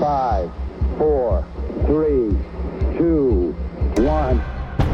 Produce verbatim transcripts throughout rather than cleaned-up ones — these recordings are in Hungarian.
Five, four, three, two, one.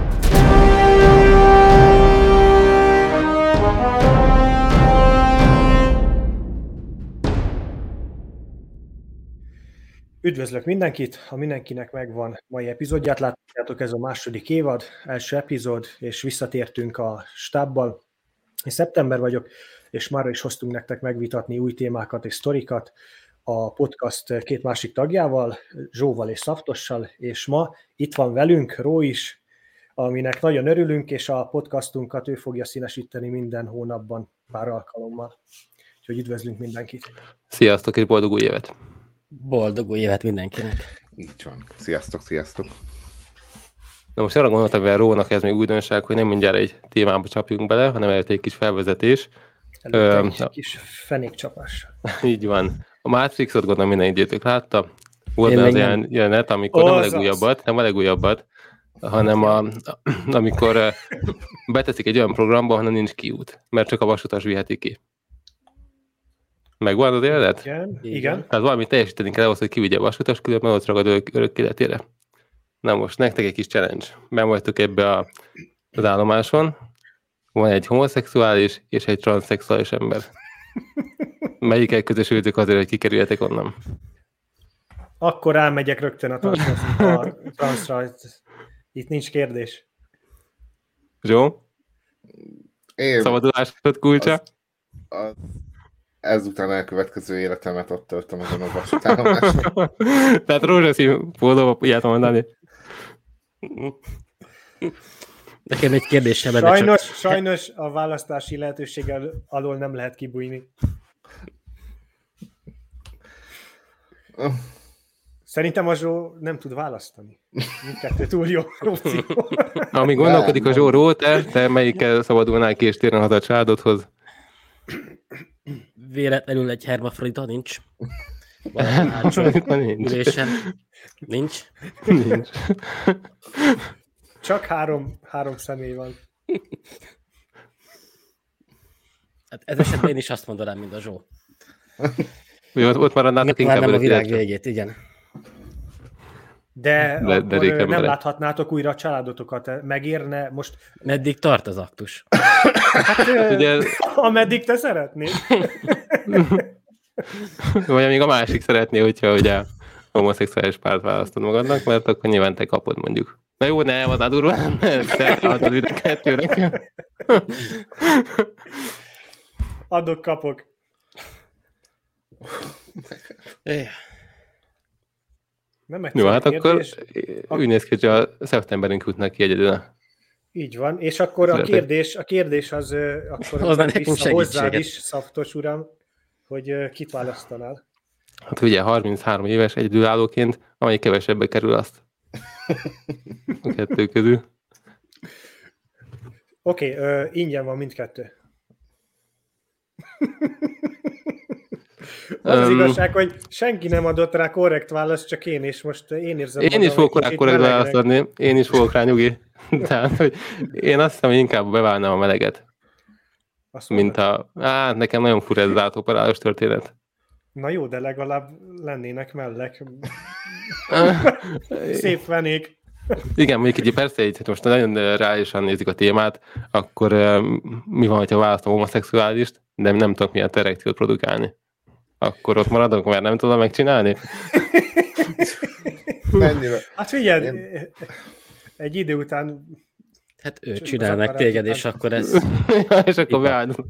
Üdvözlök mindenkit, ha mindenkinek megvan mai epizódját, látjátok, ez a második évad, első epizód, és visszatértünk a stábbal. Én Szeptember vagyok, és már is hoztunk nektek megvitatni új témákat és sztorikat a podcast két másik tagjával, Zsóval és Szaftossal, és ma itt van velünk Ró is, aminek nagyon örülünk, és a podcastunkat ő fogja színesíteni minden hónapban pár alkalommal. Úgyhogy üdvözlünk mindenkit! Sziasztok, és boldog új évet! Boldog új évet mindenkinek! Így van. Sziasztok, sziasztok! Na most arra gondoltam, hogy a Rónak ez még újdonság, hogy nem mindjárt egy témába csapjunk bele, hanem előtt egy kis felvezetés. Előtte egy Ö, kis fenékcsapás. Így van. A Matrixot gondolom minden időtök látta. Volt az olyan jelenet, amikor nem a legújabbat, nem a legújabbat, hanem a, amikor beteszik egy olyan programba, ahonnan nincs kiút, mert csak a vasutas viheti ki. Megvan az élet? Igen, igen. Tehát valamit teljesíteni kell ahhoz, hogy kivigye a vasutas, különben ott ragad örök, örök életére. Na most, nektek egy kis challenge. Ben vagytok ebbe a, az állomáson. Van egy homoszexuális és egy transzexuális ember. Melyikkel közösültök azért, hogy kikerüljetek onnan? Akkor elmegyek rögtön a transzra. Itt nincs kérdés. Zsó? Én... Szabadulásod kulcsa? Az, az, ezután elkövetkező életemet ott töltöm azon a vasútállomáson. Tehát rózsaszín pólóba tudjátok mondani. Nekem egy kérdésem. Sajnos, csak... sajnos a választási lehetőség alól nem lehet kibújni. Szerintem a Zsó nem tud választani. Mindkettő túl jó opció. Ami gondolkodik a Zsóról, te, te melyikkel szabadulnál ki és térne haza a családodhoz? Véletlenül egy hermafrodita nincs. nincs. Ülésen. Nincs. Nincs. Csak három, három személy van. Hát ez esetben én is azt mondanám, mint a Zsó. Jó, ott maradnátok inkább. Már nem a világ végét, igen. De, de, de akkor nem merek. Láthatnátok újra a családotokat. Megérne most... Meddig tart az aktus? Hát, ugye... ameddig te szeretnéd. Vagy amíg a másik szeretné, hogyha ugye homoszexuális párt választod magadnak, mert akkor nyilván te kapod mondjuk. Na jó, nem, az adurván, te adod ide kettőre. Adok, kapok. Nem jó, hát kérdés. Akkor úgy néz ki, hogy a szeptemberünk jutnak ki egyedül. Így van, és akkor a kérdés, a kérdés az akkor az vissza hozzád is, Szaftos uram, hogy kit választanál? Hát ugye harminchárom éves egyedülállóként, amelyik kevesebbe kerül azt. A kettő közül. Oké, okay, ingyen van mindkettő. Az, az igazság, hogy senki nem adott rá korrekt választ, csak én, és most én érzem... Én is fogok rá korrekt választ adni, én is fogok rá, nyugi. Tehát, hogy én azt hiszem, hogy inkább beválnám a meleget. Azt mint a... Á, nekem nagyon fura ez az átoperálós történet. Na jó, de legalább lennének mellek. Szép fenék. Igen, mondjuk így persze, így most nagyon reálisan nézik a témát, akkor mi van, ha választom homoszexuálist, de nem tudok milyen erekciót produkálni. Akkor ott maradok, mert nem tudom megcsinálni? Mennyire? Hát figyelj, Én... egy idő után... Hát ő csinál meg téged, és akkor ez... ja, és akkor beállunk.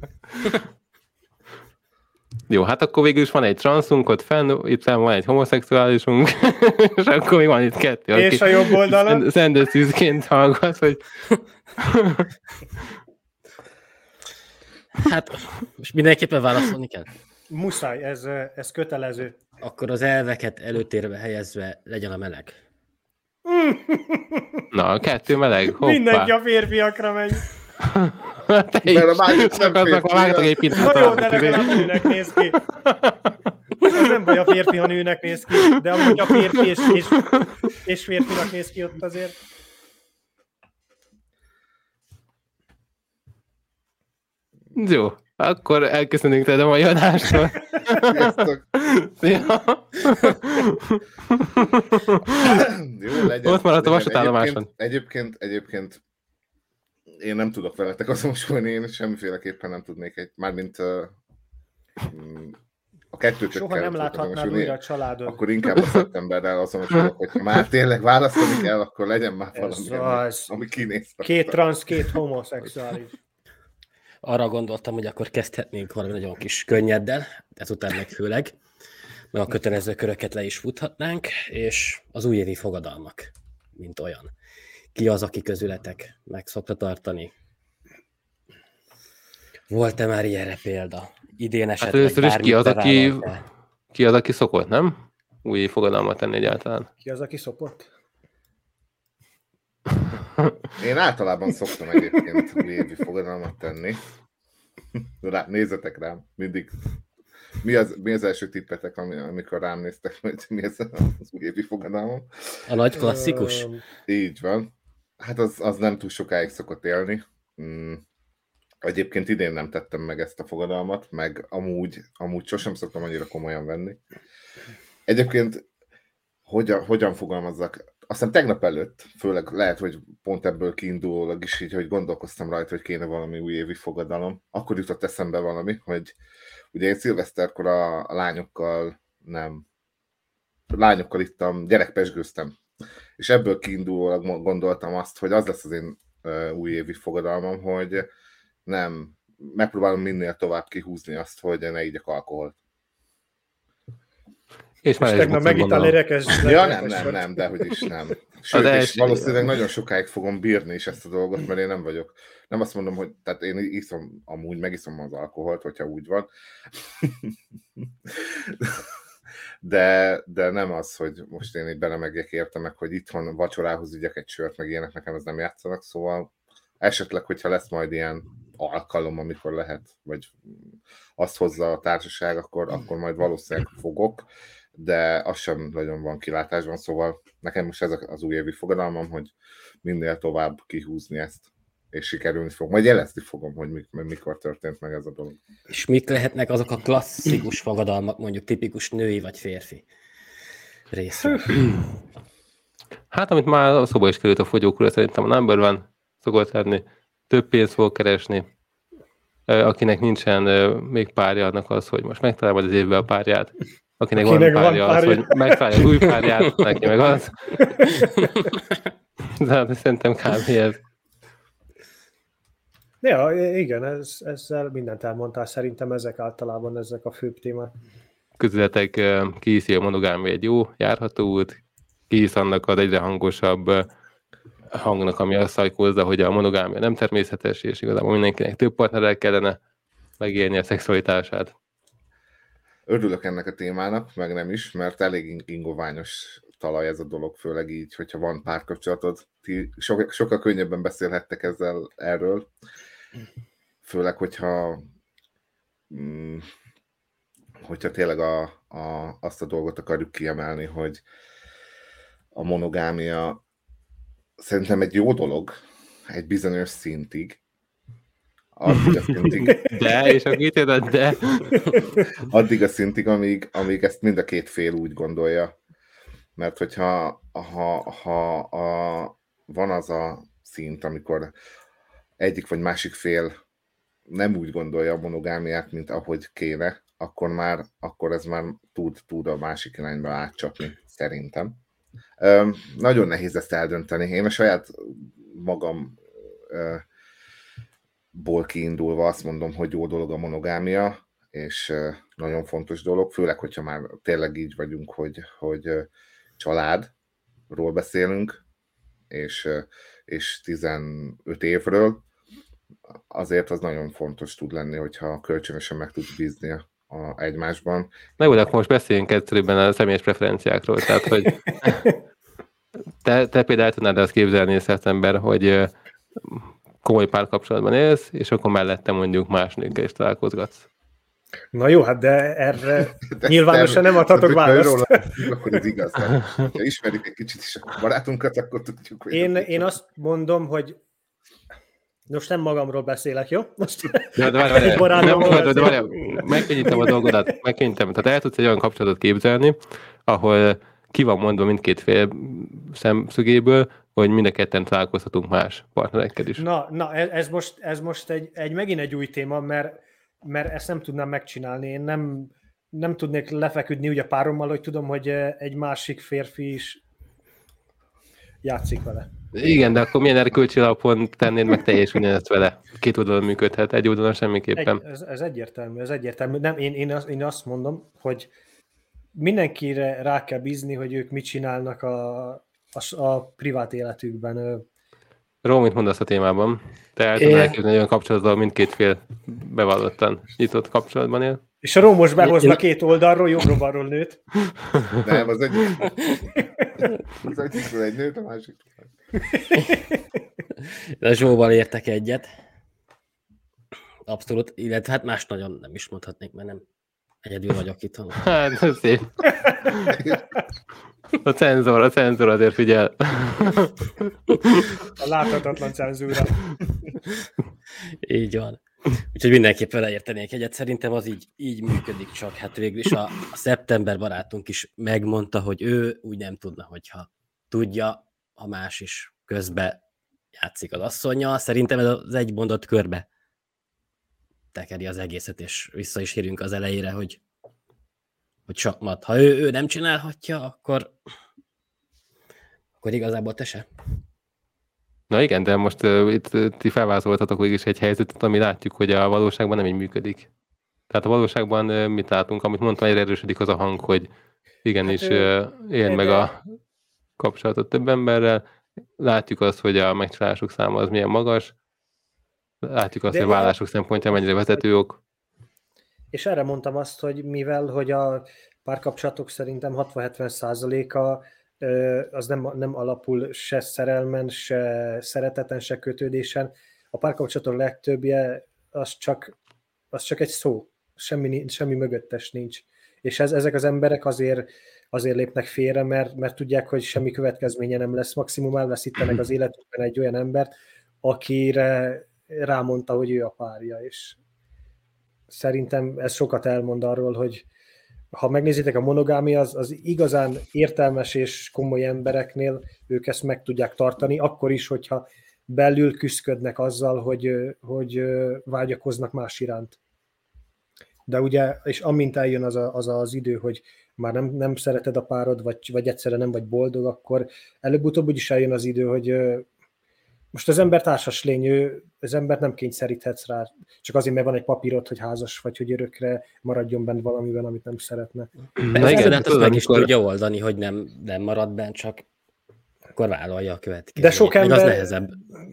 Jó, hát akkor végül is van egy transzunk, ott fenn, itt fenn van egy homoszexuálisunk, és akkor még van itt kettő. És a jobb oldalon? Szendőszűzként hallgat, hogy... Hát, most mindenképpen válaszolni kell? Muszáj, ez, ez kötelező. Akkor az elveket előtérbe helyezve legyen a meleg. Na, a kettő meleg, hoppá. Mindenki a férfiakra megy. Te is szakadnak, vágtak egy pillanatra. Na jó, de legalább nőnek néz ki. Ez nem baj, a férfi, ha nőnek néz ki, de amúgy a férfi és, és, és férfinak néz ki ott azért. Jó, Akkor elköszönünk tőle a mai adástól. Sziasztok! Szia! Jó, legyen. Ott maradt a legyen. vasútállomáson. Egyébként, egyébként, egyébként én nem tudok veletek azonosulni, én semmiféleképpen nem tudnék egy, mármint uh, a kettőtökkel. Soha nem láthatnád újra a családod. Akkor inkább a szeptemberrel azonosulok, hogyha már tényleg választani kell, akkor legyen már valami, az... ami kinéz. Két transz, két homoszexuális. Arra gondoltam, hogy akkor kezdhetnénk valami nagyon kis könnyeddel, ezután meg főleg, mert a kötelező köröket le is futhatnánk, és az újévi fogadalmak, mint olyan. Ki az, aki közületek meg szokta tartani? Volt-e már ilyenre példa? Idén Hát esetleg először is ki az, aki, bevállalta? ki az, aki szokott, nem? Új fogadalmat tenni egyáltalán. Ki az, aki szokott? Én általában szoktam egyébként újévi fogadalmat tenni. Rá, nézzetek rám, mindig. Mi az, mi az első tippetek, amikor rám néztek, hogy mi ez az újévi fogadalmam? A nagy klasszikus? Öm, Így van. Hát az, az nem túl sokáig szokott élni. Mm. Egyébként idén nem tettem meg ezt a fogadalmat, meg amúgy, amúgy sosem szoktam annyira komolyan venni. Egyébként hogyan, hogyan fogalmazzak? Aztán tegnap előtt, főleg lehet, hogy pont ebből kiindulólag is így, hogy gondolkoztam rajta, hogy kéne valami újévi fogadalom. Akkor jutott eszembe valami, hogy ugye én szilveszterkor a, a lányokkal nem, a lányokkal ittam, gyerekpezsgőztem. És ebből kiindulólag gondoltam azt, hogy az lesz az én uh, újévi fogadalmam, hogy nem, megpróbálom minél tovább kihúzni azt, hogy ne igyak alkoholt. És már és tegnap megitál érekes. Ja, nem, nem, nem, dehogy is nem. Sőt, Az és első- valószínűleg nagyon sokáig fogom bírni is ezt a dolgot, mert én nem vagyok. Nem azt mondom, hogy tehát én iszom, amúgy megiszom az alkoholt, hogyha úgy van. De, de nem az, hogy most én így belemegjek érte meg, hogy itthon vacsorához ügyek egy sört, meg ilyenek, nekem ez nem játszanak, szóval esetleg, hogyha lesz majd ilyen alkalom, amikor lehet, vagy azt hozza a társaság, akkor, akkor majd valószínűleg fogok, de az sem nagyon van kilátásban, szóval nekem most ez az újévi fogadalmam, hogy minél tovább kihúzni ezt, és sikerülni fog. Majd jelezni fogom, hogy mikor történt meg ez a dolog. És mik lehetnek azok a klasszikus fogadalmak, mondjuk tipikus női vagy férfi részről? Hát, amit már a szoba is került a fogyókúra, szerintem a number one szokott lenni, több pénzt fog keresni. Akinek nincsen még párja, annak az, hogy most megtalál majd az évben a párját. Akinek, Akinek van párja, van párja. Az, hogy megtalálja az új párját, neki meg az. De hát szerintem kb. Ez. Ja, igen, ez, ezzel mindent elmondtál. Szerintem ezek általában ezek a főbb témák. Közületek kihiszi a monogámia egy jó járható út, kihisz annak az egyre hangosabb hangnak, ami azt szajkózza, hogy a monogámia nem természetes, és igazából mindenkinek több partnerrel kellene megélni a szexualitását. Örülök ennek a témának, meg nem is, mert elég ingoványos talaj ez a dolog, főleg így, hogyha van párkapcsolatod. Ti so- sokkal könnyebben beszélhettek ezzel erről, főleg, hogyha mm, hogyha tényleg a, a, azt a dolgot akarjuk kiemelni, hogy a monogámia szerintem egy jó dolog, egy bizonyos szintig. Addig a szintig. De, és a két évet, de. Addig a szintig, amíg, amíg ezt mind a két fél úgy gondolja. Mert hogyha ha, ha, ha van az a szint, amikor egyik vagy másik fél nem úgy gondolja a monogámiát, mint ahogy kéne, akkor már akkor ez már tud, tud a másik irányba átcsapni, szerintem. Üm, nagyon nehéz ezt eldönteni. Én a saját magam ból kiindulva azt mondom, hogy jó dolog a monogámia, és nagyon fontos dolog, főleg, hogyha már tényleg így vagyunk, hogy, hogy családról beszélünk, és, és tizenöt évről, azért az nagyon fontos tud lenni, hogyha kölcsönösen meg tudsz bízni a, a egymásban. Na jó, de akkor most beszéljünk egyszerűen a személyes preferenciákról, tehát, hogy te, te például tudnád azt képzelni szeptember, hogy komoly párkapcsolatban élsz, és akkor mellette mondjuk más nőkkel is találkozgatsz. Na jó, hát de erre de nyilvánosan nem adhatok választ. Róla, akkor ez igaz. Ha ismerjük egy kicsit is a barátunkat, akkor tudjuk, hogy... Én, én azt mondom, hogy Most nem magamról beszélek, jó? Most De, de várj, egy várj, nem, barátomról de várj, beszélek. megkönnyítem a dolgodat, megkönnyítem. Tehát el tudsz egy olyan kapcsolatot képzelni, ahol ki van mondva mindkét fél szemszögéből, hogy mind a ketten találkozhatunk más partnerekkel is. Na, na ez, ez most, ez most egy, egy, megint egy új téma, mert, mert ezt nem tudnám megcsinálni. Én nem, nem tudnék lefeküdni úgy a párommal, hogy tudom, hogy egy másik férfi is játszik vele. Igen, de akkor milyen erkölcsi alapon tennéd meg teljes ugyanezt vele? Két oldalon működhet, egy oldalon semmiképpen. Egy, ez, ez egyértelmű, ez egyértelmű. Nem, én, én, azt, én azt mondom, hogy mindenkire rá kell bízni, hogy ők mit csinálnak a, a, a privát életükben. Ró, mit mondasz a témában? Te el tudod elképzelni olyan kapcsolatban, mindkét fél bevallottan nyitott kapcsolatban él? És a Ró most behozna két oldalról, jobbról-balról nőt. Nem, az egyik. Az egyikről egy nőt, a másik. De Zsóval értek egyet. Abszolút, illetve hát más nagyon nem is mondhatnék, mert nem egyedül vagyok itt. Hát, ez szép. A cenzor, a cenzor azért figyel. A láthatatlan cenzúra. Így van. Úgyhogy mindenképpen leértenék egyet. Szerintem az így, így működik csak. Hát végül is a, a Szeptember barátunk is megmondta, hogy ő úgy nem tudna, hogyha tudja, ha más is közbe játszik az asszonnyal. Szerintem ez az egy mondat körbe tekeri az egészet, és vissza is érünk az elejére, hogy, hogy sakmat. Ha ő, ő nem csinálhatja, akkor, akkor igazából te se. Na igen, de most uh, itt uh, ti felvázoltatok végig is egy helyzetet, ami látjuk, hogy a valóságban nem így működik. Tehát a valóságban uh, mit látunk, amit mondtam, egyre erősödik az a hang, hogy igenis hát, uh, éljen meg a kapcsolatot több emberrel. Látjuk azt, hogy a megcsalások száma az milyen magas. Látjuk azt, de hogy a vállások szempontjából mennyire vezető ok. És erre mondtam azt, hogy mivel hogy a párkapcsolatok szerintem hatvan-hetven százaléka az nem, nem alapul se szerelmen, se szereteten, se kötődésen. A párkapcsolatok legtöbbje az csak, az csak egy szó, semmi, semmi mögöttes nincs. És ez, ezek az emberek azért, azért lépnek félre, mert, mert tudják, hogy semmi következménye nem lesz. Maximum elveszítenek az életükben egy olyan embert, akire rámondta, hogy ő a párja, és szerintem ez sokat elmond arról, hogy ha megnézitek, a monogámia az, az igazán értelmes és komoly embereknél ők ezt meg tudják tartani, akkor is, hogyha belül küszködnek azzal, hogy, hogy vágyakoznak más iránt. De ugye, és amint eljön az a, az, az idő, hogy már nem, nem szereted a párod, vagy, vagy egyszerre nem vagy boldog, akkor előbb-utóbb úgyis eljön az idő, hogy most az ember társas lény, ő, az embert nem kényszeríthetsz rá, csak azért, mert van egy papírod, hogy házas vagy, hogy örökre maradjon bent valamiben, amit nem szeretne. Na igen, hát azt meg is tudja oldani, hogy nem, nem marad bent, csak akkor vállalja a következőt. De sok ember... az nehezebb.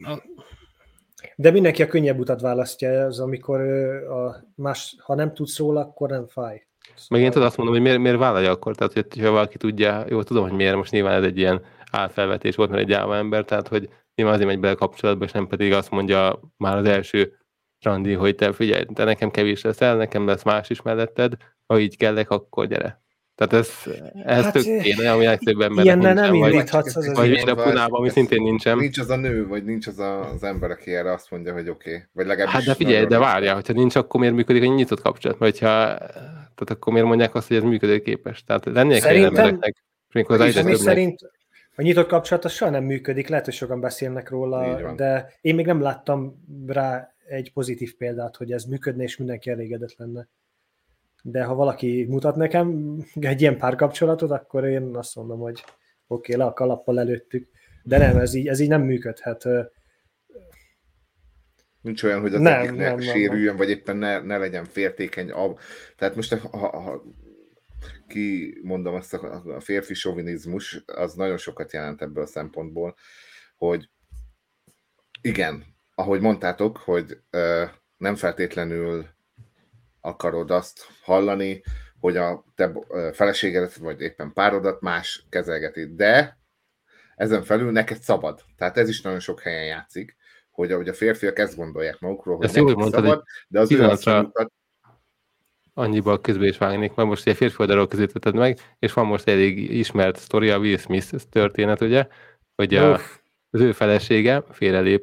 De mindenki a könnyebb utat választja, az amikor a más, ha nem tudsz róla, akkor nem fáj. Meg én tudod azt mondom, hogy miért, miért vállalja akkor, tehát hogyha valaki tudja, jó, tudom, hogy miért, most nyilván ez egy ilyen álfelvetés volt, mert egy álva ember, tehát hogy nyilván azért megy bele kapcsolatba, és nem pedig azt mondja már az első randi, hogy te figyelj, te nekem kevés leszel, nekem lesz más is melletted, ha így kellek, akkor gyere. Tehát ez, ez hát, tök kéne, ami legtöbb embernek ilyennel nincsen, nem vagy, indíthatsz az vagy végre a Punában, ami szintén nincsen. Nincs az a nő, vagy nincs az a, az ember, aki erre azt mondja, hogy oké. Okay. Vagy legalábbis hát de figyelj, de várjál, hogyha nincs, akkor miért működik egy nyitott kapcsolat? Mert hogyha, tehát akkor miért mondják azt, hogy ez működőképes? Tehát lennének olyan embereknek, amikor az egyre szerint a nyitott kapcsolat az soha nem működik, lehet, hogy sokan beszélnek róla, de én még nem láttam rá egy pozitív példát, hogy ez működne, és mindenki elégedett lenne. De ha valaki mutat nekem egy ilyen párkapcsolatot, akkor én azt mondom, hogy oké, okay, le a kalappal előttük, de nem, ez így, ez így nem működhet. Nincs olyan, hogy az nem, egyik ne nem, sérüljön, nem. Vagy éppen ne, ne legyen féltékeny. Tehát most, ha, ha ki mondom azt, a férfi sovinizmus, az nagyon sokat jelent ebből a szempontból, hogy igen, ahogy mondtátok, hogy ö, nem feltétlenül akarod azt hallani, hogy a te feleségedet, vagy éppen párodat más kezelgeti, de ezen felül neked szabad. Tehát ez is nagyon sok helyen játszik, hogy ahogy a férfiak ezt gondolják magukról, hogy neked mondtad, szabad, de az ő asszonyukat... Annyiba közben is vágnék, mert most egy férfi oldalról közítetted meg, és van most elég ismert sztori, a Will Smith történet, ugye, hogy a, az ő felesége félrelépett,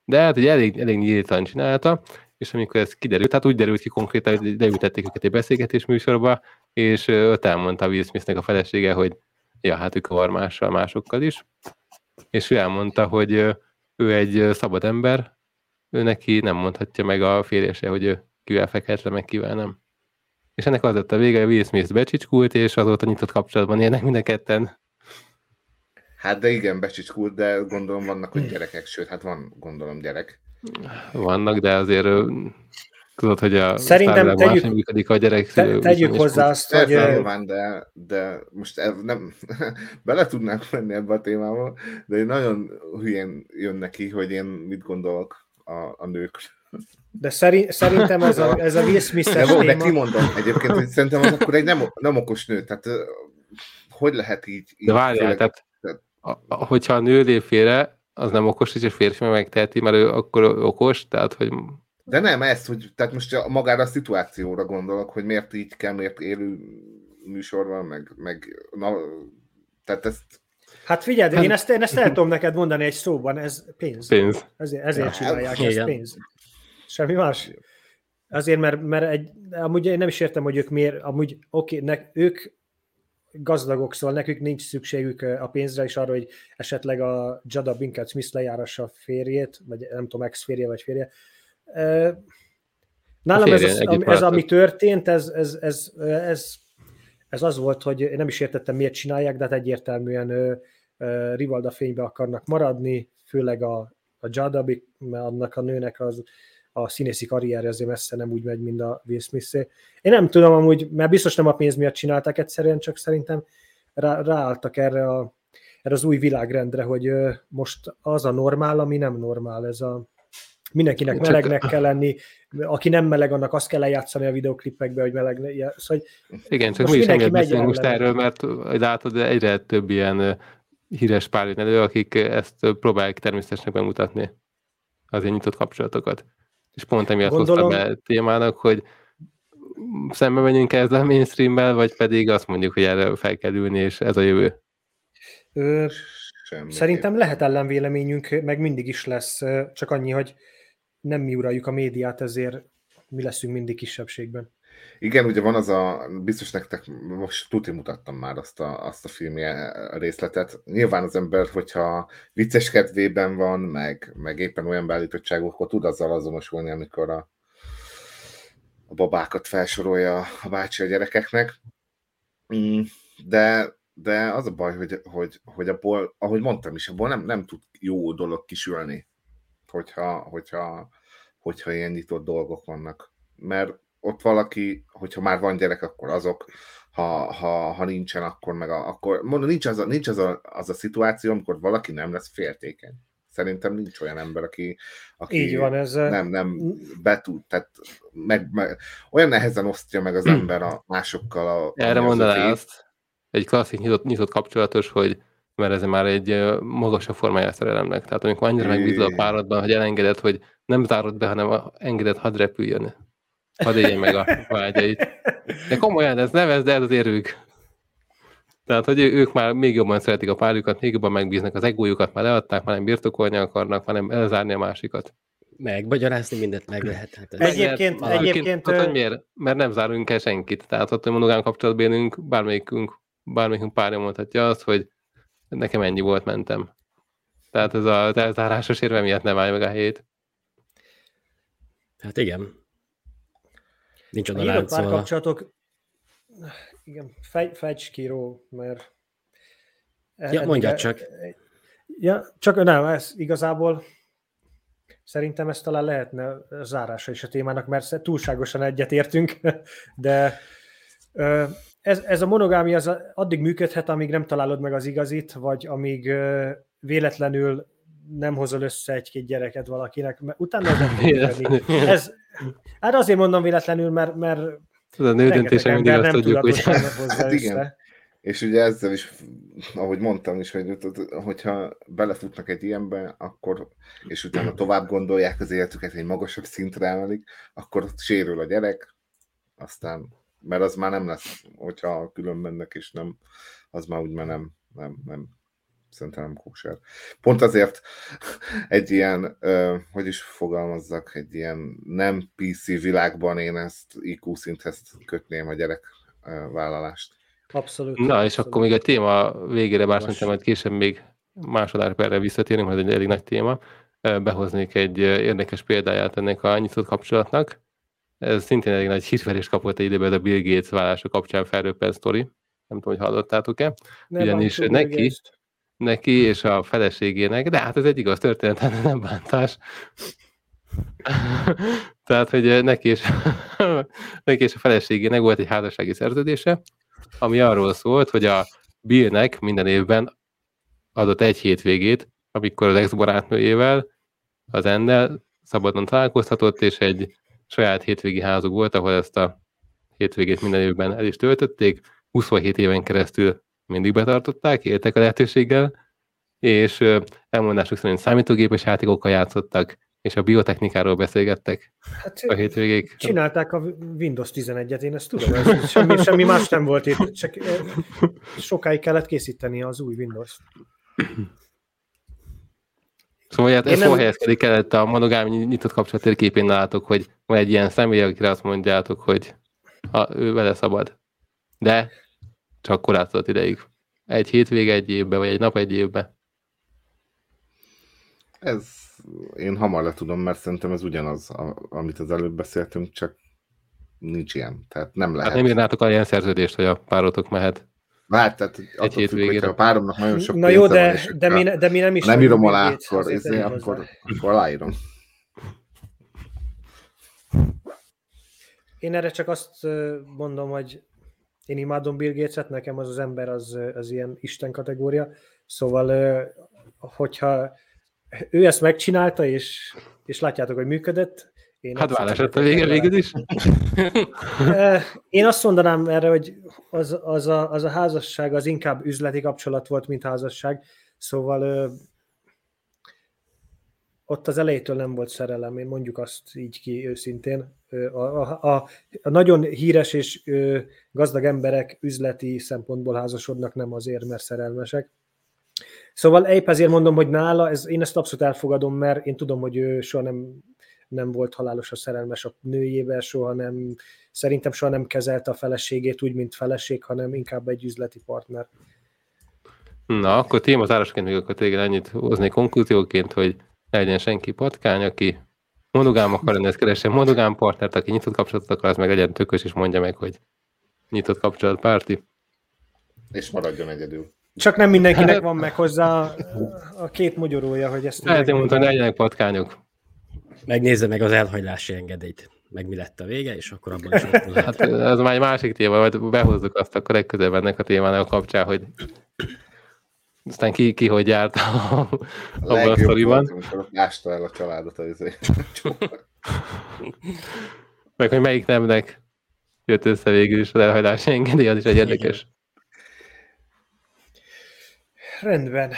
De hát ugye elég, elég nyíltan csinálta, és amikor ez kiderült, hát úgy derült ki konkrétan, hogy leültették őket egy beszélgetés műsorba, és ott elmondta Will Smithnek a felesége, hogy ja, hát ő kavar mással, másokkal is, és ő elmondta, hogy ő egy szabad ember, ő neki nem mondhatja meg a férjese, hogy ő kivel fekhet le, meg kivel nem. És ennek az lett a vége, Will Smith becsicskult, és azóta nyitott kapcsolatban élnek mind a ketten. Hát de igen, becsicskult, de gondolom vannak, hogy gyerekek, sőt, hát van, gondolom, gyerek. Vannak, de azért tudod, hogy a Szerintem tegyük, sem működik a gyerek. te, tegyük hozzá azt, hogy... hogy... Nyilván, de, de most ez nem bele tudnánk menni ebbe a témába, de én nagyon hülyén jön neki, hogy én mit gondolok a, a nők. De szerint, szerintem ez a, ez a Will Smith-es téma... téma... De kimondom egyébként, hogy szerintem az akkor egy nem, nem okos nő, tehát hogy lehet így... így de várjál, főleg... tehát a, a, hogyha a nő lép félre, az nem okos, és a férfi megteheti, mert ő akkor okos, tehát hogy... De nem ez, hogy tehát most magára a szituációra gondolok, hogy miért így kell, miért élő műsor van, meg, meg na, tehát ezt... Hát figyeld, én ezt, én ezt el tudom neked mondani egy szóban, ez pénz. Pénz. Ezért, ezért Ja, csinálják, igen. ez pénz. Semmi más. Azért, mert, mert egy, amúgy én nem is értem, hogy ők miért, amúgy oké, okay, ők gazdagok, szóval nekük nincs szükségük a pénzre, és arra, hogy esetleg a Jada Pinkett Smith lejárassa a férjét, vagy nem tudom, ex-férje vagy férje. Nálam férje, ez, az, ez ami történt, ez, ez, ez, ez, ez az volt, hogy én nem is értettem, miért csinálják, de hát egyértelműen Rivalda fénybe akarnak maradni, főleg a, a Jada, mert annak a nőnek az a színészi karrierje azért messze nem úgy megy, mint a Will Smith-é. Én nem tudom amúgy, mert biztos nem a pénz miatt csinálták egyszerűen, csak szerintem rá, ráálltak erre, a, erre az új világrendre, hogy most az a normál, ami nem normál. Ez a, mindenkinek csak melegnek kell lenni, aki nem meleg, annak azt kell eljátszani a videoklipekbe, hogy meleg. Szóval, igen, csak mi is nem beszélünk most erről, mert látod, egyre több ilyen híres pár jön elő, akik ezt próbálják természetesnek bemutatni, az ilyen nyitott kapcsolatokat. És pont emiatt hoztam be témának, hogy szembe menjünk ezzel a mainstreammel, vagy pedig azt mondjuk, hogy erre fel kell ülni, és ez a jövő. Ö, szerintem lehet ellenvéleményünk, meg mindig is lesz, csak annyi, hogy nem mi uraljuk a médiát, ezért mi leszünk mindig kisebbségben. Igen, ugye van az a, biztos nektek, most tuti mutattam már azt a, azt a filmje részletet. Nyilván az ember, hogyha vicces kedvében van, meg, meg éppen olyan beállítottságokkal tud azzal azonosulni, amikor a, a babákat felsorolja a bácsi a gyerekeknek. De, de az a baj, hogy, hogy, hogy abból, ahogy mondtam is, abból nem, nem tud jó dolog kisülni, hogyha, hogyha, hogyha ilyen nyitott dolgok vannak. Mert ott valaki, hogyha már van gyerek, akkor azok, ha, ha, ha nincsen, akkor meg a, akkor mondom, nincs, az a, nincs az, a, az a szituáció, amikor valaki nem lesz féltékeny. Szerintem nincs olyan ember, aki, aki így van, ez nem, nem betud, tehát meg, meg, olyan nehezen osztja meg az ember a másokkal a... Erre mondaná azt, egy klasszik nyitott, nyitott kapcsolatos, hogy mert ez már egy magasabb formája a szerelemnek. Tehát amikor annyira megbízol a párodban, hogy elengeded, hogy nem zárod be, hanem engeded, hadd repüljön. Hadd éljen meg a vágyait. De komolyan, ez nevezd, de ez az érők. Tehát, hogy ők már még jobban szeretik a párjukat, még jobban megbíznak, az egójukat már leadták, már nem birtokolni akarnak, hanem elzárni a másikat. Megbagyarázni mindent meg lehet. Hát egyébként, lehet, egyébként... Hát, hogy miért? Mert nem zárunk el senkit. Tehát ott, hogy monogám kapcsolatban élünk, bármelyikünk, bármelyikünk párja mondhatja azt, hogy nekem ennyi volt, mentem. Tehát ez az elzárásos érve miatt nem állj meg a helyét. Hát igen. Nincs oda láncolva. A láncolva. párkapcsolatok... Igen, fej, fejts ki, Ró, mert... Ja, mondjad csak. Ja, csak nem, ez igazából szerintem ezt talán lehetne zárása is a témának, mert túlságosan egyetértünk, de ez, ez a monogámia az addig működhet, amíg nem találod meg az igazit, vagy amíg véletlenül nem hozol össze egy-két gyereket valakinek, mert utána ez nem működni. Ez, hát azért mondom véletlenül, mert, mert ez a nő döntése mindig azt tudjuk, hogy... Hát igen. És ugye ezzel is, ahogy mondtam is, hogy hogyha belefutnak egy ilyenbe, akkor, és utána tovább gondolják az életüket, egy magasabb szintre emelik, akkor sérül a gyerek, aztán, mert az már nem lesz, hogyha külön mennek, és nem, az már úgy már nem, nem, nem. szerintem nem kóser. Pont azért egy ilyen, uh, hogy is fogalmazzak, egy ilyen nem pé cé világban én ezt í kú szinthez kötném a gyerek uh, vállalást. Abszolút. Na, és abszolút. akkor még a téma végére, bár Most. szerintem majd később még másodárba erre visszatérünk, mert ez egy elég nagy téma. Behoznék egy érdekes példáját ennek a nyitott kapcsolatnak. Ez szintén elég nagy hírverést kapott egy időben, ez a Bill Gates vállása kapcsán felröppent sztori. Nem tudom, hogy hallottátok-e. Ne Ugyanis bántsuk Bill neki, Gates-t. neki és a feleségének, de hát ez egy igaz történet, hát nem bántás. Tehát, hogy neki és, neki és a feleségének volt egy házassági szerződése, ami arról szólt, hogy a Billnek minden évben adott egy hétvégét, amikor az ex-barátnőjével, az Annel szabadon találkozhatott, és egy saját hétvégi házuk volt, ahol ezt a hétvégét minden évben el is töltötték. huszonhét éven keresztül mindig betartották, éltek a lehetőséggel, és elmondásuk szerint számítógépes játékokkal játszottak, és a biotechnikáról beszélgettek Hát, a hétvégék. csinálták a Windows tizenegyet, én ezt tudom, ez semmi, semmi más nem volt itt, csak eh, sokáig kellett készíteni az új Windows-t. Szóval hát Én ez nem- hol helyezkedik el a monogám nyitott kapcsolat térképén nálatok, hogy van egy ilyen személy, akire azt mondjátok, hogy ha ő vele szabad. De csak korlátozott ideig. Egy hétvége egy évbe, vagy egy nap egy évbe. Ez én hamar le tudom, mert szerintem ez ugyanaz, a, amit az előbb beszéltünk, csak nincs ilyen. Tehát nem lehet. Hát nem írnátok olyan szerződést, hogy a párotok mehet. Hát, tehát attól függ, hétvégére. hogyha a páromnak nagyon sok Na jó, pénze van, de, és de, mi, de mi nem is ha nem vagyunk írom Bill alá, Gates, akkor, azért izé, tegyük akkor, hozzá. akkor aláírom. Én erre csak azt ö, mondom, hogy én imádom Bill Gates-et, nekem az az ember az, ö, az ilyen Isten kategória, szóval ö, hogyha ő ezt megcsinálta, és, és látjátok, hogy működött, én Hát abszolút válasz a vége végül is. Eh, Én azt mondanám erre, hogy az, az, a, az a házasság az inkább üzleti kapcsolat volt, mint házasság, szóval ö, ott az elejétől nem volt szerelem, én mondjuk azt így ki őszintén. Ö, A, a, a, a nagyon híres és ö, gazdag emberek üzleti szempontból házasodnak, nem azért, mert szerelmesek. Szóval épp ezért mondom, hogy nála, ez, én ezt abszolút elfogadom, mert én tudom, hogy ő soha nem, nem volt halálosan szerelmes a nőjével, soha nem, szerintem soha nem kezelte a feleségét úgy, mint feleség, hanem inkább egy üzleti partner. Na, akkor témazárásként még akkor téged ennyit hozni konklúzióként, hogy ne legyen senki patkány, aki monogám akar lenni, ez keressen monogám partnert, aki nyitott kapcsolatot akar, az meg legyen tökös, és mondja meg, hogy nyitott kapcsolatpárti. És maradjon egyedül. Csak nem mindenkinek Hát- van meg hozzá a, a két mogyorója, hogy ezt... Hát én mondtam, hogy ne legyenek patkányok. Megnézze meg az elhajlási engedélyt, meg mi lett a vége, és akkor abban is ott lehet. Hát ez már egy másik téma, majd behozzuk azt akkor legközelebb ennek a témának a kapcsán, hogy aztán ki, ki hogy járt a, A abban a legjobb sztoriban. volt, amikor ásta el a családot az izé. Meg hogy melyik nemnek jött össze végül is az elhajlási engedély, az is egy érdekes. Rendben.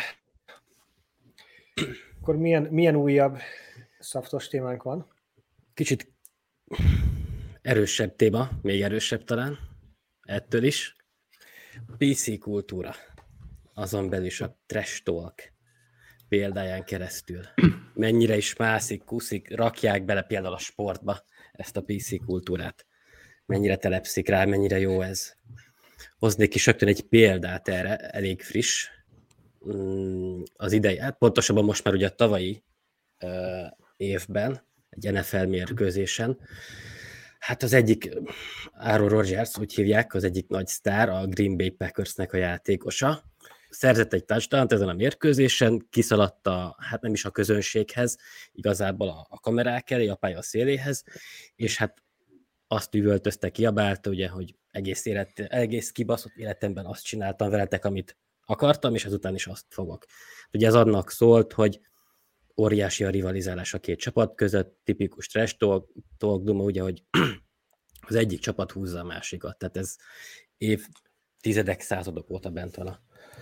Akkor milyen, milyen újabb szaftos témánk van? Kicsit erősebb téma, még erősebb talán, ettől is. pé cé kultúra, azon belül is a trash talk példáján keresztül. Mennyire is mászik, kuszik, rakják bele például a sportba ezt a pé cé kultúrát. Mennyire telepszik rá, mennyire jó ez. Hoznék is rögtön egy példát erre, elég friss. Az idei, hát pontosabban most már ugye a tavalyi uh, évben, egy en ef el mérkőzésen, hát az egyik, Aaron Rodgers, úgy hívják, az egyik nagy sztár, a Green Bay Packersnek a játékosa, szerzett egy touchdownt ezen a mérkőzésen, kiszaladt a, hát nem is a közönséghez, igazából a, a kamerák elé, a pálya széléhez, és hát azt üvöltözte, kiabálta, ugye, hogy egész, élet, egész kibaszott életemben azt csináltam veletek, amit akartam, és azután is azt fogok. Ugye ez annak szólt, hogy óriási a rivalizálás a két csapat között, tipikus trash talk, talk duma, ugye, hogy az egyik csapat húzza a másikat. Tehát ez évtizedek, századok óta bent van a,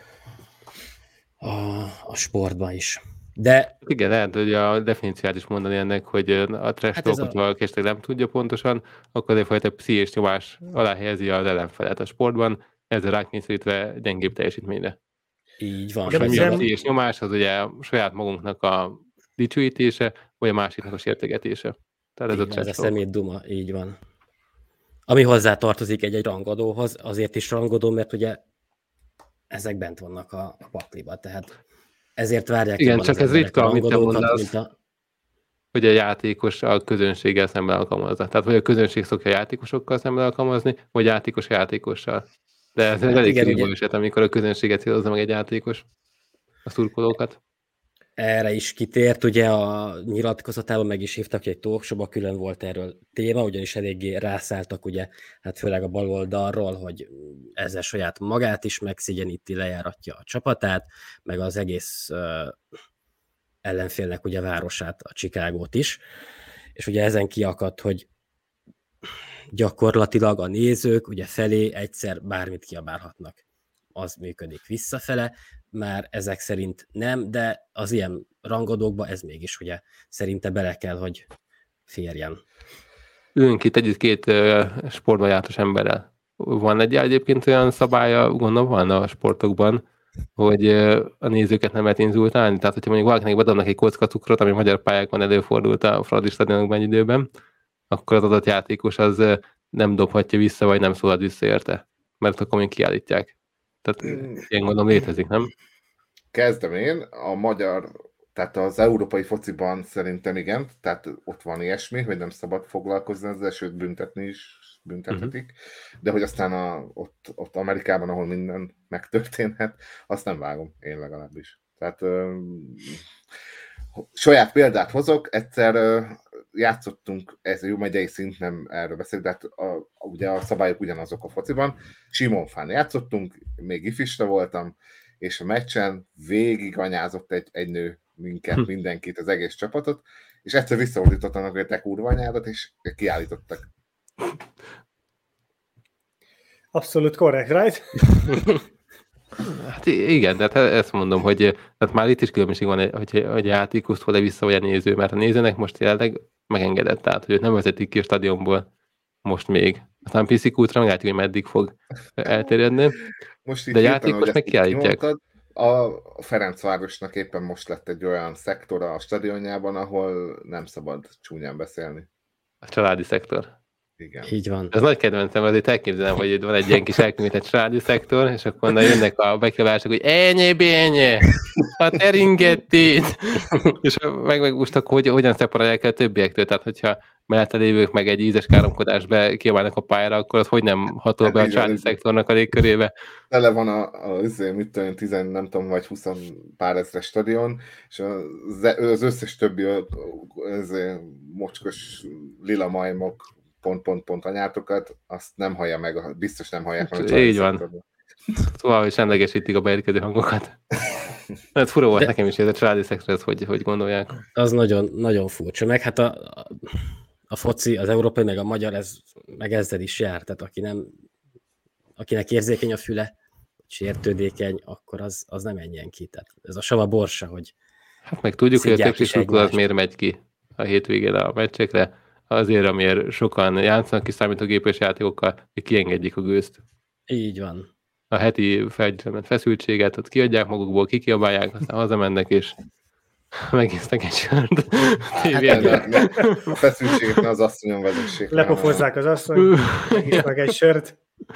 a, a sportban is. De Igen, lehet, hogy a definíciát is mondani ennek, hogy a trash Hát ez talkot a- valaki esetleg nem tudja pontosan, akkor egyfajta pszichés nyomás alá helyezi az ellenfelet a sportban, ezzel rákényszerítve gyengébb teljesítményre. Így van. Most De mi nem- a és nyomás, az ugye saját magunknak a dicsőítése, vagy a másiknak a sértegetése. Tehát ez Így a van, ez a trash talk. szemét duma, így van. Ami hozzá tartozik egy-egy rangadóhoz, azért is rangadó, mert ugye ezek bent vannak a, a pakliba, tehát ezért várják Igen, jobban csak az ez emberek ritka, a amit te rangadókat, mondasz. mint a... Hogy a játékos a közönséggel szemben alkalmazza. Tehát vagy a közönség szokja a játékosokkal szemben alkalmazni, vagy játékos a játékossal. De ez hát elég igen, kirívó ugye- eset, amikor a közönséget célozza meg egy játékos, a szurkolókat. Erre is kitért, ugye a nyilatkozatában meg is hívtak, hogy egy talkshowban külön volt erről téma, ugyanis eléggé rászálltak, ugye, hát főleg a bal oldalról, hogy ezzel saját magát is megszigyeníti, lejáratja a csapatát, meg az egész uh, ellenfélnek ugye a városát, a Chicagót is, és ugye ezen kiakadt, hogy gyakorlatilag a nézők ugye felé egyszer bármit kiabálhatnak. Az működik visszafele, már ezek szerint nem, de az ilyen rangadókba ez mégis ugye szerinte bele kell, hogy férjen. Ülünk itt együtt két uh, sportban jártas emberrel. Van egy egyébként olyan szabálya, gondolom van a sportokban, hogy uh, a nézőket nem lehet inzultálni. Tehát, hogyha mondjuk valakinek bedobnak egy kocka cukrot, ami magyar pályákon előfordult a Fradi stadionokban egy időben, akkor az adott játékos az uh, nem dobhatja vissza, vagy nem szólhat vissza érte. Mert akkor még kiállítják. Tehát ilyen gondolom létezik, nem? Kezdem én, a magyar, tehát az európai fociban szerintem igen, tehát ott van ilyesmi, hogy nem szabad foglalkozni ezzel, sőt büntetni is büntethetik, uh-huh. de hogy aztán a, ott, ott Amerikában, ahol minden megtörténhet, azt nem vágom, én legalábbis. Tehát ö, saját példát hozok, egyszer ö, játszottunk, ez jó megyei szint, nem erről beszélek, de hát a, ugye a szabályok ugyanazok a fociban. Simonfán játszottunk, még ifista voltam, és a meccsen végig anyázott egy, egy nő minket, mindenkit, az egész csapatot, és egyszer visszaordítottak, hogy te kurva anyádat, és kiállítottak. Abszolút korrekt, right? Hát igen, de hát ezt mondom, hogy tehát már itt is különbség van, hogy, hogy a játékost hol vissza, vagy a néző, mert a nézőnek most jelenleg megengedett, tehát hogy őt nem vezetik ki a stadionból most még. Aztán Piszikútra meglátjuk, hogy meddig fog elterjedni. Most de a játékos meg kiállítják. A Ferencvárosnak éppen most lett egy olyan szektora a stadionjában, ahol nem szabad csúnyán beszélni. A családi szektor. Igen. Így van. Ez nagy kedvencem, azért elképzelem, hogy van egy ilyen kis elkülönített családi szektor, és akkor onnan jönnek a bekiabálások, hogy ennyi, bénye, a teringettét, és meg meg most akkor hogy, hogyan szeparálják el többiektől, tehát hogyha mellette lévők meg egy ízes káromkodás be kiabálnak a pályára, akkor az hogy nem hatol be a családi szektornak a légkörébe. Tele van a, a, a mit tudom, tizen, nem tudom, vagy húsz pár ezres stadion, és az, az összes többi az, mocskos lila majmok, pont-pont-pont anyátokat, azt nem hallja meg, biztos nem hallják meg. Így van. Szóval, hogy semlegesítik a beérkező hangokat. Hát fura volt De... nekem is, hogy ez a családi szektor, ez hogy, hogy gondolják. Az nagyon, nagyon furcsa. Meg hát a, a, a foci, az európai, meg a magyar, ez, meg ezzel is jár. Tehát aki nem, akinek érzékeny a füle, sértődékeny, akkor az, az nem menjen ki. Tehát ez a sava borsa, hogy hát meg tudjuk, hogy a többség szurkoló miért megy ki a hétvégén a meccsekre. Azért, amiért sokan játszanak ki számítógépes játékokkal, hogy kiengedjék a gőzt. Így van. A heti felgyűlömet feszültséget, ott kiadják magukból, kikiabálják, aztán hazamennek, és megisznek egy sört. Hát, a feszültséget ne az asszonyon vezessék. Lepofozzák az asszony, megisznak egy sört.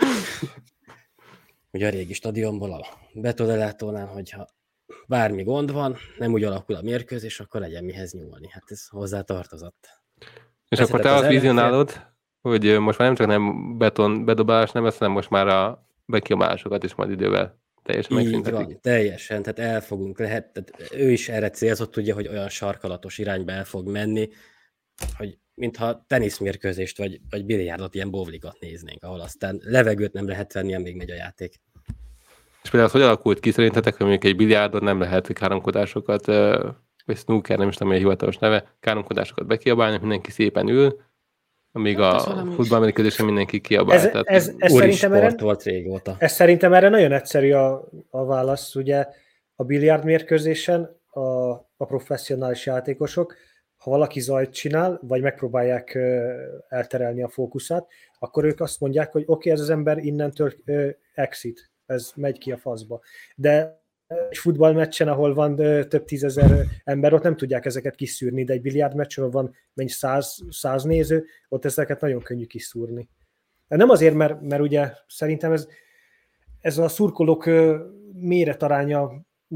Ugye a régi stadionból, a betonellátónál, hogyha bármi gond van, nem úgy alakul a mérkőzés, akkor legyen mihez nyúlni. Hát ez hozzá tartozott. És akkor te azt vizionálod, hogy most már nem csak nem beton bedobálás nem lesz, hanem most már a bekiabálásokat is majd idővel teljesen megszüntetik. Van, teljesen, tehát elfogunk, lehet, tehát ő is erre célzott, ugye, hogy olyan sarkalatos irányba el fog menni, hogy mintha teniszmérkőzést vagy, vagy biliárdot, ilyen bowlingot néznénk, ahol aztán levegőt nem lehet venni, amíg megy a játék. És például az hogy alakult ki szerintetek, hogy mondjuk egy biliárdon nem lehet káromkodásokat, vagy snooker, nem is tudom, mi a hivatalos neve, káromkodásokat bekiabálni, mindenki szépen ül, amíg hát a futballmérkőzésen mindenki kiabál. Ez, tehát ez, ez, szerintem erre, volt régóta. ez szerintem erre nagyon egyszerű a, a válasz. Ugye a biliárd mérkőzésen a, a professzionális játékosok, ha valaki zajt csinál, vagy megpróbálják elterelni a fókuszát, akkor ők azt mondják, hogy oké, okay, ez az ember innentől exit, ez megy ki a faszba. De egy futballmeccsen, ahol van több tízezer ember, ott nem tudják ezeket kiszűrni, de egy biliárdmeccsen, ahol van mennyi száz, száz néző, ott ezeket nagyon könnyű kiszúrni. De nem azért, mert, mert ugye szerintem ez, ez a szurkolók méretaránya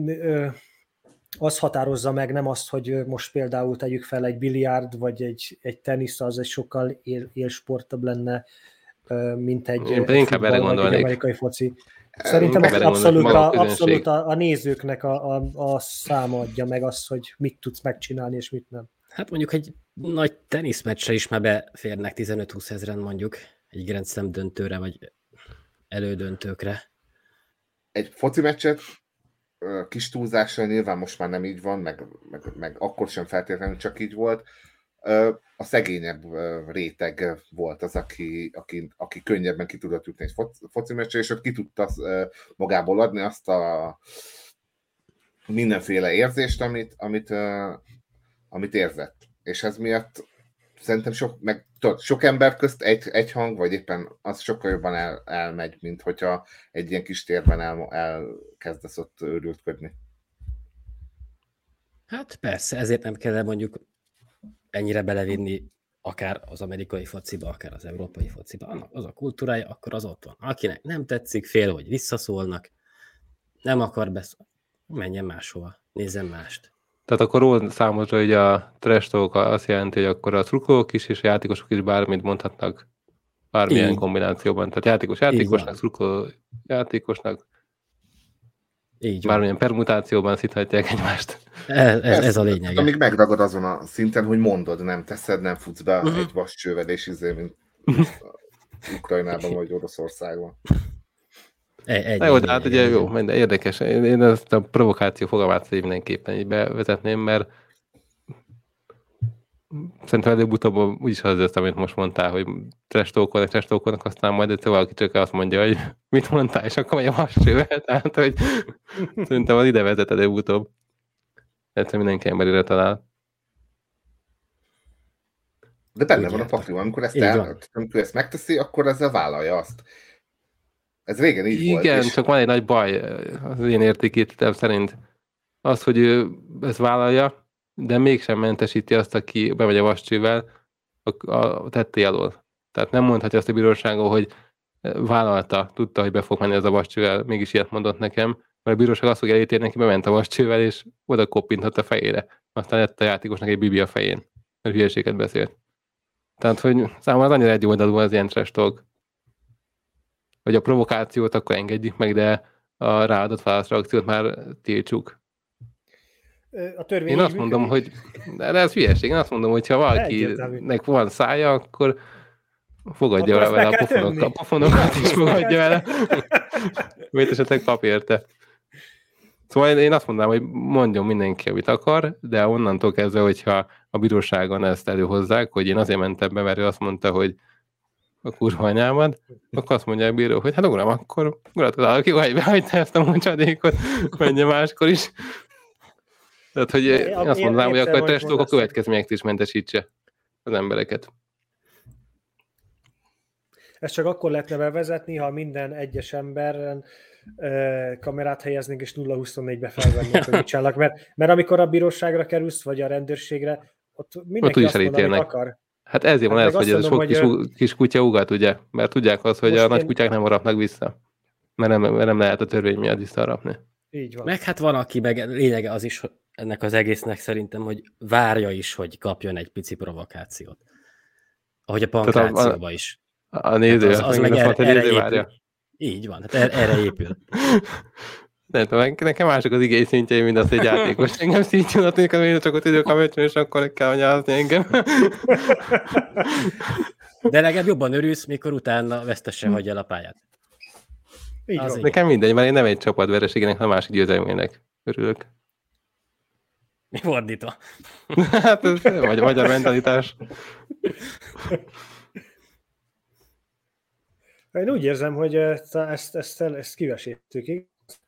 az határozza meg, nem azt, hogy most például tegyük fel egy biliárd, vagy egy, egy tenisz, az egy sokkal él, élsportabb lenne, mint egy, Én egy inkább futball, vagy egy amerikai foci. Szerintem az abszolút, a, abszolút a, a nézőknek a, a, a száma adja meg azt, hogy mit tudsz megcsinálni, és mit nem. Hát mondjuk egy nagy teniszmeccsre is már beférnek tizenöt-húsz ezeren mondjuk, egy Grand Slam döntőre, vagy elődöntőkre. Egy foci meccset kis túlzással nyilván most már nem így van, meg, meg, meg akkor sem feltétlenül csak így volt. A szegényebb réteg volt az, aki, aki, aki könnyebben ki tudott jutni egy foci meccsre, és ott ki tudta magából adni azt a mindenféle érzést, amit, amit, amit érzett. És ez miatt szerintem sok, meg, tudod, sok ember közt egy, egy hang, vagy éppen az sokkal jobban el, elmegy, mint hogyha egy ilyen kis térben el, elkezdesz ott őrültködni. Hát persze, ezért nem kell mondjuk ennyire belevinni akár az amerikai fociba, akár az európai fociba. Annak az a kultúrája, akkor az ott van. Akinek nem tetszik, fél, hogy visszaszólnak, nem akar beszólni, menjen máshova, nézzen mást. Tehát akkor róla számodra, hogy a trash talk azt jelenti, hogy akkor a szurkolók is és a játékosok is bármit mondhatnak bármilyen így. Kombinációban. Tehát játékos játékosnak, szurkoló játékosnak, így bármilyen permutációban szithatják egymást. Ez, ez, ez a lényeg. Amíg megragad azon a szinten, hogy mondod, nem teszed, nem futsz be uh-huh. egy vascsővel, és izé, mint Ukrajnában vagy Oroszországban. Egy, Na jó, de hát ugye jó, minden érdekes. Én, én ezt a provokáció fogalmát mindenképpen így bevezetném, mert szerintem előbb-utóbb úgyis az lesz, amit most mondtál, hogy trash talkolnak, trash talkolnak, aztán majd egyszer valaki csak azt mondja, hogy mit mondtál, és akkor megy a vascsővel. Tehát, hogy szerintem az ide vezet előbb-utóbb. Egyszer mindenki emberére talál. De benne Úgy van a pakliban, amikor ezt, el, amikor ezt megteszi, akkor ezzel vállalja azt. Ez régen így Igen, volt. Igen, és... csak van egy nagy baj az én értékítéletem szerint. Az, hogy ő ezt vállalja, de mégsem mentesíti azt, aki bemegy a vascsővel a, a tetté alól. Tehát nem mondhatja azt a bíróságon, hogy vállalta, tudta, hogy be fog menni az a vascsővel, mégis ilyet mondott nekem, mert a bíróság azt fogja elítélni, neki bement a vascsővel, és oda koppinthat a fejére. Aztán lett a játékosnak egy bibi a fején, mert hülyeséget beszélt. Tehát, hogy számomra az annyira egyoldalú az ilyen trash talk, hogy a provokációt akkor engedjük meg, de a ráadott válaszreakciót már tiltsuk. A törvény Én azt mondom, működik. hogy de ez hülyeség. Én azt mondom, hogy ha valakinek van szája, akkor fogadja akkor vele a pofonokat, a pofonokat is fogadja vele. Vagy esetleg kap érte. Szóval én azt mondanám, hogy mondjon mindenki, amit akar, de onnantól kezdve, hogyha a bíróságon ezt előhozzák, hogy én azért mentem be, mert ő azt mondta, hogy a kurva anyámad, akkor azt mondja a bíró, hogy hát uram, akkor gratulálok, jó, hogy behagyta ezt a muncsadékot, menjen máskor is. Tehát, hogy én azt mondanám, hogy akkor a trash talk a következményeket is mentesítse az embereket. Ezt csak akkor lehetne bevezetni, ha minden egyes emberen kamerát helyeznénk, és nulla huszonnégybe felvennénk, hogy mit csinálnak. Mert, mert amikor a bíróságra kerülsz, vagy a rendőrségre, ott mindenki azt mondja, amit akar. Hát ezért van hát ez, hogy ez a sok hogy kis, ő... kis kutya ugat, ugye? Mert tudják azt, hogy a nagy én... kutyák nem harapnak vissza. Mert nem, mert nem lehet a törvény miatt visszaharapni. Így van. Meg hát van, aki meg lényege az is, hogy ennek az egésznek szerintem, hogy várja is, hogy kapjon egy pici provokációt. Ahogy a pankrációban is. A néző, hát az, az meg erre, erre épül. Így van, hát erre, erre épül. Nem tudom, nekem mások az igény szintjei, mint az egy játékos. Engem szintjúlatni, hogy én csak ott idők a meccsen, és akkor kell anyázni engem. De legalább jobban örülsz, mikor utána vesztesen hagyja el a pályát. Nekem mindegy, mert én nem egy csapat vereségének, hanem a másik győzelmének örülök. Mi fordítva? Hát ez vagy magyar mentalitás. Én úgy érzem, hogy ezt, ezt, ezt, ezt kiveséttük.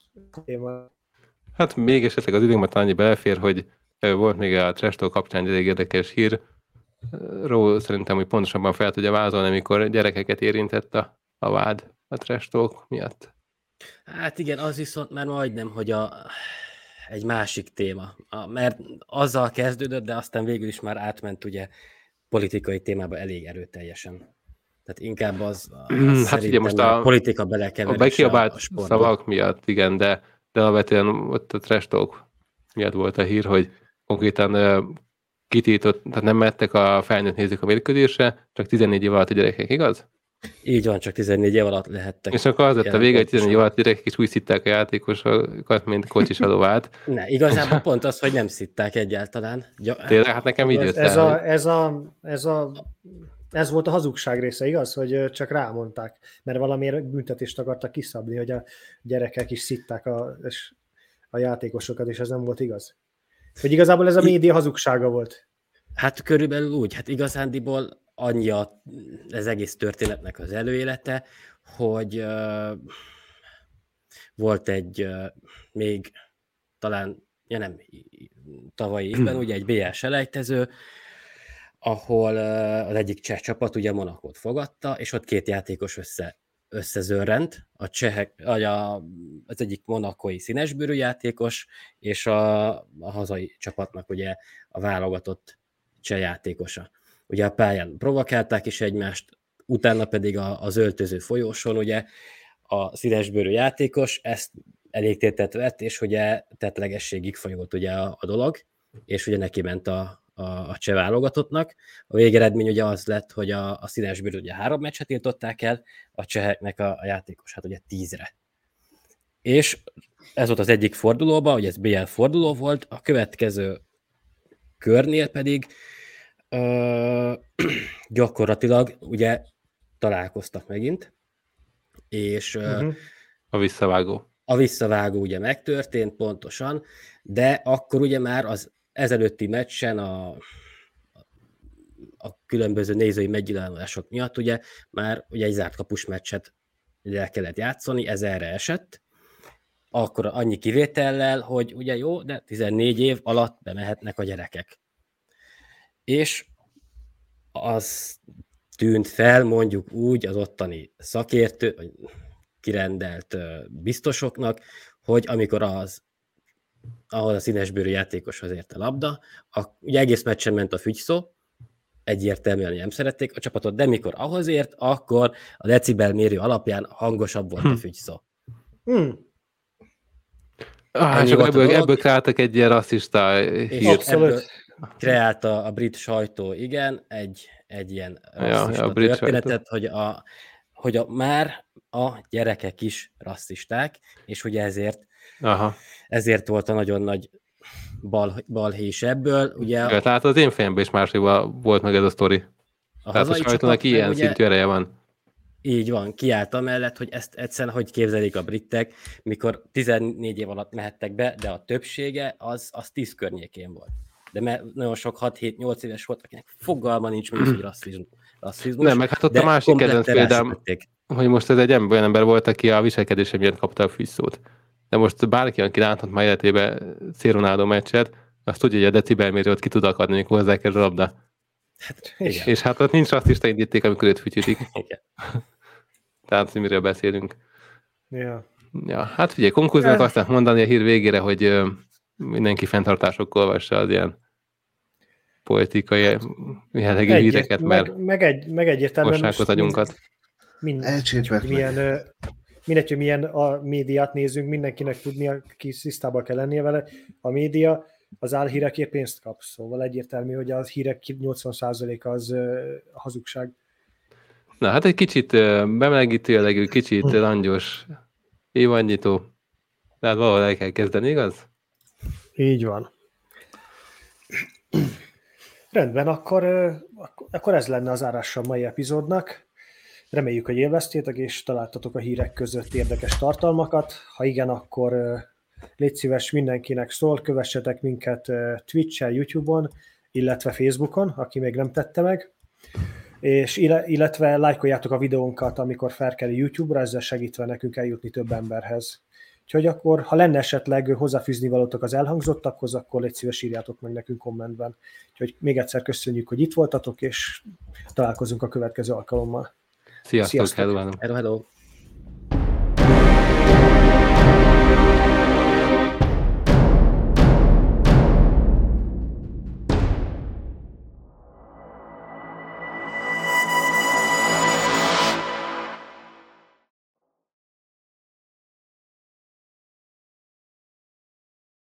Hát még esetleg az időmet annyi belefér, hogy volt még a trash talk kapcsán egy érdekes hír. Ról szerintem, hogy pontosabban fel tudja vázolni, amikor gyerekeket érintett a, a vád a trash talk miatt. Hát igen, az viszont már majdnem, hogy a, egy másik téma, a, mert azzal kezdődött, de aztán végül is már átment ugye politikai témába elég erőteljesen. Tehát inkább az, az Hát ugye most a, a politika a belekeverése bekiabált a, a sportba. szavak miatt, igen, de, de alapvetően ott a trash talk miatt volt a hír, hogy konkrétan uh, kitiltott, tehát nem mertek a felnőtt nézők a mérkőzésre, csak tizennégy év alatt a gyerekek, igaz? Így van, csak tizennégy év alatt lehettek. És akkor az lett a vége, hogy tizennégy év alatt a gyerekek is úgy szitták a játékosokat, mint kocsis adóvát. Ne, igazából pont az, hogy nem szitták egyáltalán. Gy- Tényleg, hát nekem így Ez, jött ez, el, a, ez, a, ez, a, ez volt a hazugság része, igaz? Hogy csak rámondták, mert valamiért büntetést akartak kiszabni, hogy a gyerekek is szitták a, a játékosokat, és ez nem volt igaz. Hogy igazából ez a média hazugsága volt. Hát körülbelül úgy, hát igazándiból annyi a, az egész történetnek az előélete, hogy uh, volt egy uh, még talán, ja nem, tavalyi évben ugye egy bé el selejtező, ahol uh, az egyik cseh csapat ugye Monakót fogadta, és ott két játékos össze, összezörrent, a csehek, a, az egyik monakói színesbőrű játékos, és a, a hazai csapatnak ugye a válogatott cseh játékosa. Ugye a pályán provokálták is egymást, utána pedig a, az öltöző folyóson ugye a színesbőrű játékos ezt elégtétett vett, és ugye tettlegességig folyult ugye a, a dolog, és ugye neki ment a, a, a cseh válogatottnak. A végeredmény ugye az lett, hogy a, a színesbőrű ugye három meccset tiltották el, a cseheknek a, a játékos hát ugye tízre. És ez volt az egyik fordulóban, ugye ez bé el forduló volt, a következő körnél pedig ö, gyakorlatilag ugye találkoztak megint, és uh-huh. a visszavágó. A visszavágó ugye megtörtént pontosan, de akkor ugye már az ezelőtti meccsen a, a különböző nézői megnyilvánulások miatt ugye már ugye egy zárt kapus meccset el kellett játszani, ez erre esett, akkor annyi kivétellel, hogy ugye jó, de tizennégy év alatt bemehetnek a gyerekek. És az tűnt fel mondjuk úgy az ottani szakértő, vagy kirendelt biztosoknak, hogy amikor az, ahol a színesbőrű játékoshoz ért a labda, a, ugye egész meccsen ment a fügyszó, egyértelműen nem szerették a csapatot, de mikor ahhoz ért, akkor a decibel mérő alapján hangosabb volt hm. a fügyszó. Hm. Ah, és ebből, ebből kreáltak egy ilyen rasszista hírt. Ebből kreálta a brit sajtó, igen, egy, egy ilyen rasszista ja, ja, történetet, hogy, a, hogy a, már a gyerekek is rasszisták, és hogy ezért, Aha. ezért volt a nagyon nagy bal, balhé is ebből. Ugye, ja, tehát az én fejemben is másképp volt meg ez a sztori. A tehát a sajtónak ilyen ugye, szintű ereje van. Így van, kiállt amellett, hogy ezt egyszerűen hogy képzelik a britek, mikor tizennégy év alatt mehettek be, de a többsége az, az tíz környékén volt. De mert nagyon sok hat-hét-nyolc éves volt, akinek fogalma nincs, mint hogy rasszizmus. rasszizmus. Nem, meg hát ott a másik kedvenc példám, hogy most ez egy olyan ember volt, aki a viselkedése miatt kapta a fügyszót. De most bárki, aki láthat már életében C-Ronaldo meccset, azt tudja, hogy a decibelmérő ott ki tud akadni, amikor hozzákerül a labda. Hát, és, és hát ott nincs rasszista indíték, amikor őt fütyütik. Tehát miről beszélünk. Ja. Ja, hát figyelj, konklúziónak azt lehet mondani a hír végére, hogy uh, mindenki fenntartásokkal olvassa az ilyen politikai jellegű híreket, mert meg, meg, egy, meg egyértelműen most agyunkat. Mindegy, hogy milyen, mindegy, hogy milyen a médiát nézünk, mindenkinek tudnia, ki tisztában kell lennie vele. A média az álhírekért pénzt kap, szóval egyértelmű, hogy az hírek nyolcvan százaléka az uh, hazugság. Na, hát egy kicsit uh, bemelegítő jellegű, kicsit hm. langyos, évanyitó, de hát valahol el kell kezdeni, igaz? Így van. Rendben, akkor, uh, akkor ez lenne az árása a mai epizódnak. Reméljük, hogy élveztétek, és találtatok a hírek között érdekes tartalmakat. Ha igen, akkor uh, légy szíves, mindenkinek szól, kövessetek minket uh, Twitch-en, YouTube-on, illetve Facebookon, aki még nem tette meg. És illetve lájkoljátok a videónkat, amikor felkerül YouTube-ra, ezzel segítve nekünk eljutni több emberhez. Úgyhogy akkor, ha lenne esetleg hozzáfűzni valótok az elhangzottakhoz, akkor légy szíves, írjátok meg nekünk kommentben. Úgyhogy még egyszer köszönjük, hogy itt voltatok, és találkozunk a következő alkalommal. Sziasztok! Sziasztok. Hello, hello. hello.